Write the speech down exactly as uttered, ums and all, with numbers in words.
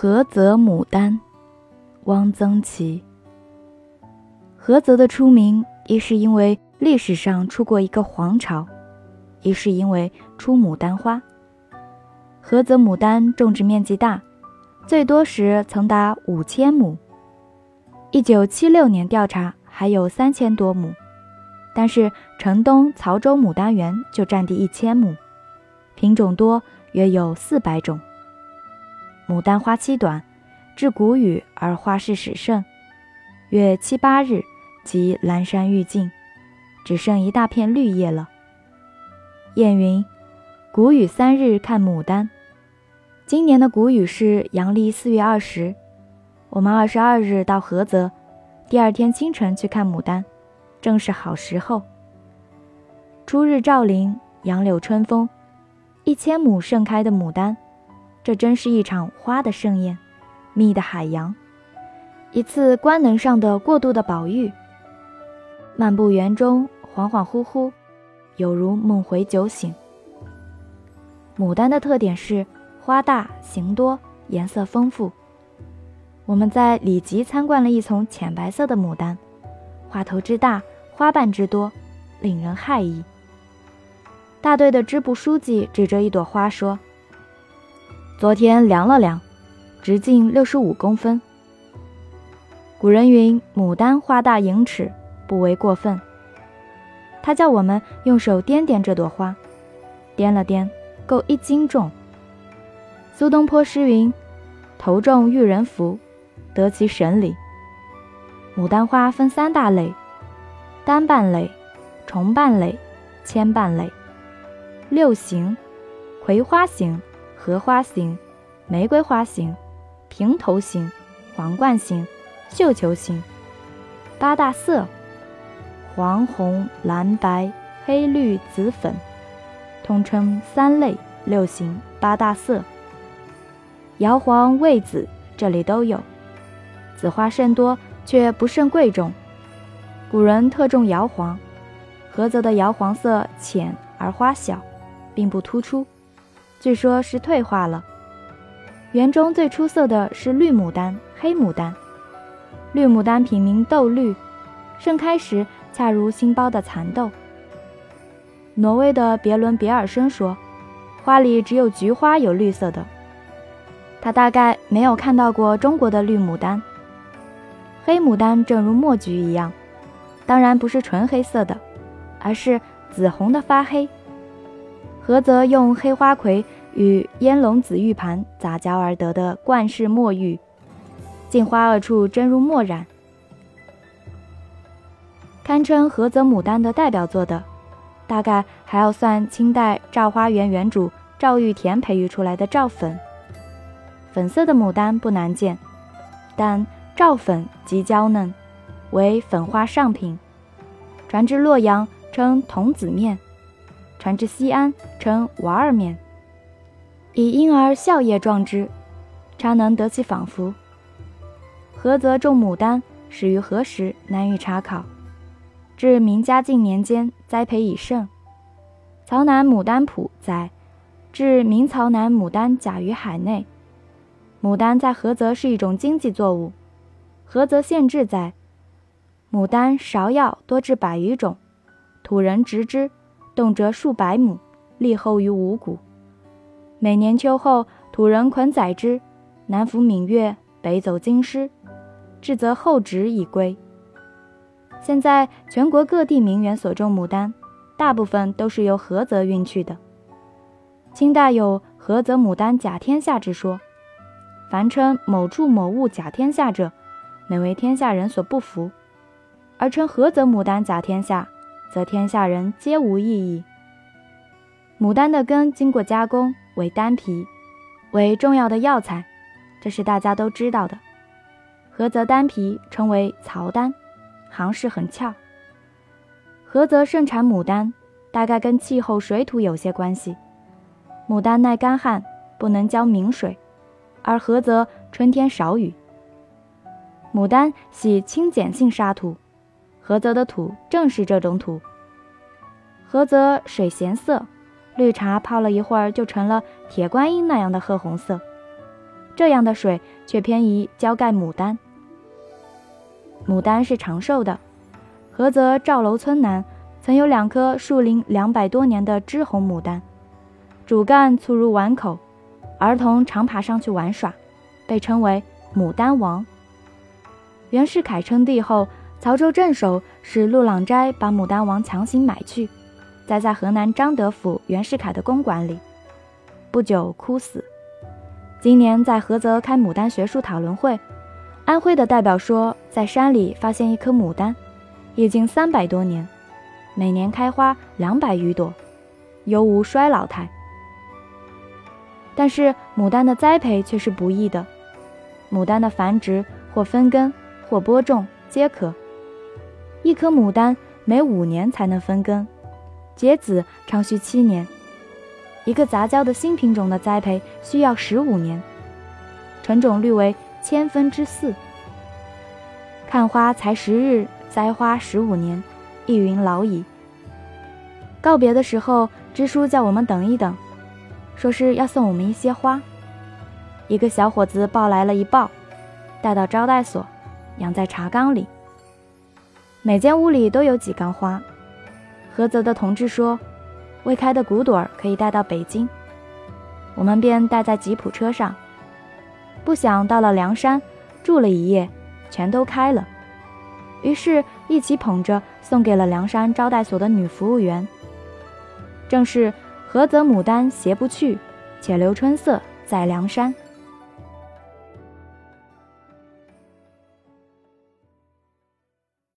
菏泽牡丹，汪曾祺。菏泽的出名，一是因为历史上出过一个皇朝，一是因为出牡丹花。菏泽牡丹种植面积大，最多时曾达五千亩。一九七六年调查还有三千多亩，但是城东曹州牡丹园就占地一千亩，品种多，约有四百种。牡丹花期短，至谷雨而花事始盛，约七八日即阑珊欲尽，只剩一大片绿叶了。谚云：谷雨三日看牡丹。今年的谷雨是阳历四月二十，我们二十二日到菏泽，第二天清晨去看牡丹，正是好时候。初日照临，杨柳春风，一千亩盛开的牡丹，这真是一场花的盛宴，蜜的海洋，一次官能上的过度的宝玉。漫步园中，恍恍惚惚，有如梦回酒醒。牡丹的特点是花大形多，颜色丰富。我们在里集参观了一丛浅白色的牡丹，花头之大，花瓣之多，令人骇异。大队的支部书记指着一朵花说：昨天量了量，直径六十五公分。古人云：牡丹花大盈尺，不为过分。他叫我们用手掂掂这朵花，掂了掂，够一斤重。苏东坡诗云：头重育人福，得其神理。牡丹花分三大类：单瓣类、重瓣类、千瓣类。六形：葵花形、荷花形、玫瑰花形、平头形、皇冠形、绣球形。八大色：黄、红、蓝、白、黑、绿、紫、粉，通称三类、六形、八大色。瑶黄、魏紫这里都有，紫花甚多，却不甚贵重。古人特重瑶黄，菏泽的瑶黄色浅而花小，并不突出，据说是退化了。园中最出色的是绿牡丹、黑牡丹。绿牡丹品名豆绿，盛开时恰如新包的蚕豆。挪威的别伦别尔森说，花里只有菊花有绿色的，他大概没有看到过中国的绿牡丹。黑牡丹正如墨菊一样，当然不是纯黑色的，而是紫红的发黑。菏泽用黑花葵与烟笼紫玉盘杂交而得的冠式墨玉，镜花二处真如墨染。堪称菏泽牡丹的代表作的，大概还要算清代赵花园园主赵玉田培育出来的赵粉。粉色的牡丹不难见，但赵粉极娇嫩，为粉花上品。传至洛阳称童子面，传至西安称娃儿面，以婴儿笑靥状之，常能得其仿佛。菏泽种牡丹始于何时难于查考，至明嘉靖年间栽培已盛。曹南牡丹谱载，至明曹南牡丹甲于海内。牡丹在菏泽是一种经济作物。菏泽县志载，牡丹芍药多至百余种，土人植之，动辄数百亩，立厚于五谷。每年秋后，土人捆载之，南服闽越，北走京师，至则后植已归。现在全国各地名园所种牡丹，大部分都是由菏泽运去的。清代有菏泽牡丹甲天下之说，凡称某处某物甲天下者，每为天下人所不服；而称菏泽牡丹甲天下，则天下人皆无异议。牡丹的根经过加工为丹皮，为重要的药材，这是大家都知道的。菏泽丹皮称为曹丹，行市很俏。菏泽盛产牡丹，大概跟气候水土有些关系。牡丹耐干旱，不能浇明水，而菏泽春天少雨。牡丹喜清碱性沙土，菏泽的土正是这种土。菏泽水咸涩，绿茶泡了一会儿就成了铁观音那样的褐红色。 这样的水却偏移浇盖牡丹。牡丹是长寿的，菏泽赵楼村南曾有两棵树龄两百多年的枝红牡丹，主干粗如碗口，儿童常爬上去玩耍，被称为牡丹王。袁世凯称帝后，曹州镇守使陆朗斋把牡丹王强行买去，栽在河南彰德府袁世凯的公馆里，不久枯死。今年在菏泽开牡丹学术讨论会，安徽的代表说，在山里发现一棵牡丹，已经三百多年，每年开花两百余朵，犹无衰老态。但是牡丹的栽培却是不易的，牡丹的繁殖或分根或播种皆可。一棵牡丹每五年才能分根，结籽常需七年。一个杂交的新品种的栽培需要十五年，成种率为千分之四。看花才十日，栽花十五年，一云老矣。告别的时候，支书叫我们等一等，说是要送我们一些花。一个小伙子抱来了一抱，带到招待所，养在茶缸里。每间屋里都有几缸花。菏泽的同志说，未开的骨朵儿可以带到北京，我们便带在吉普车上。不想到了梁山，住了一夜，全都开了，于是一起捧着送给了梁山招待所的女服务员。正是菏泽牡丹斜不去，且留春色在梁山。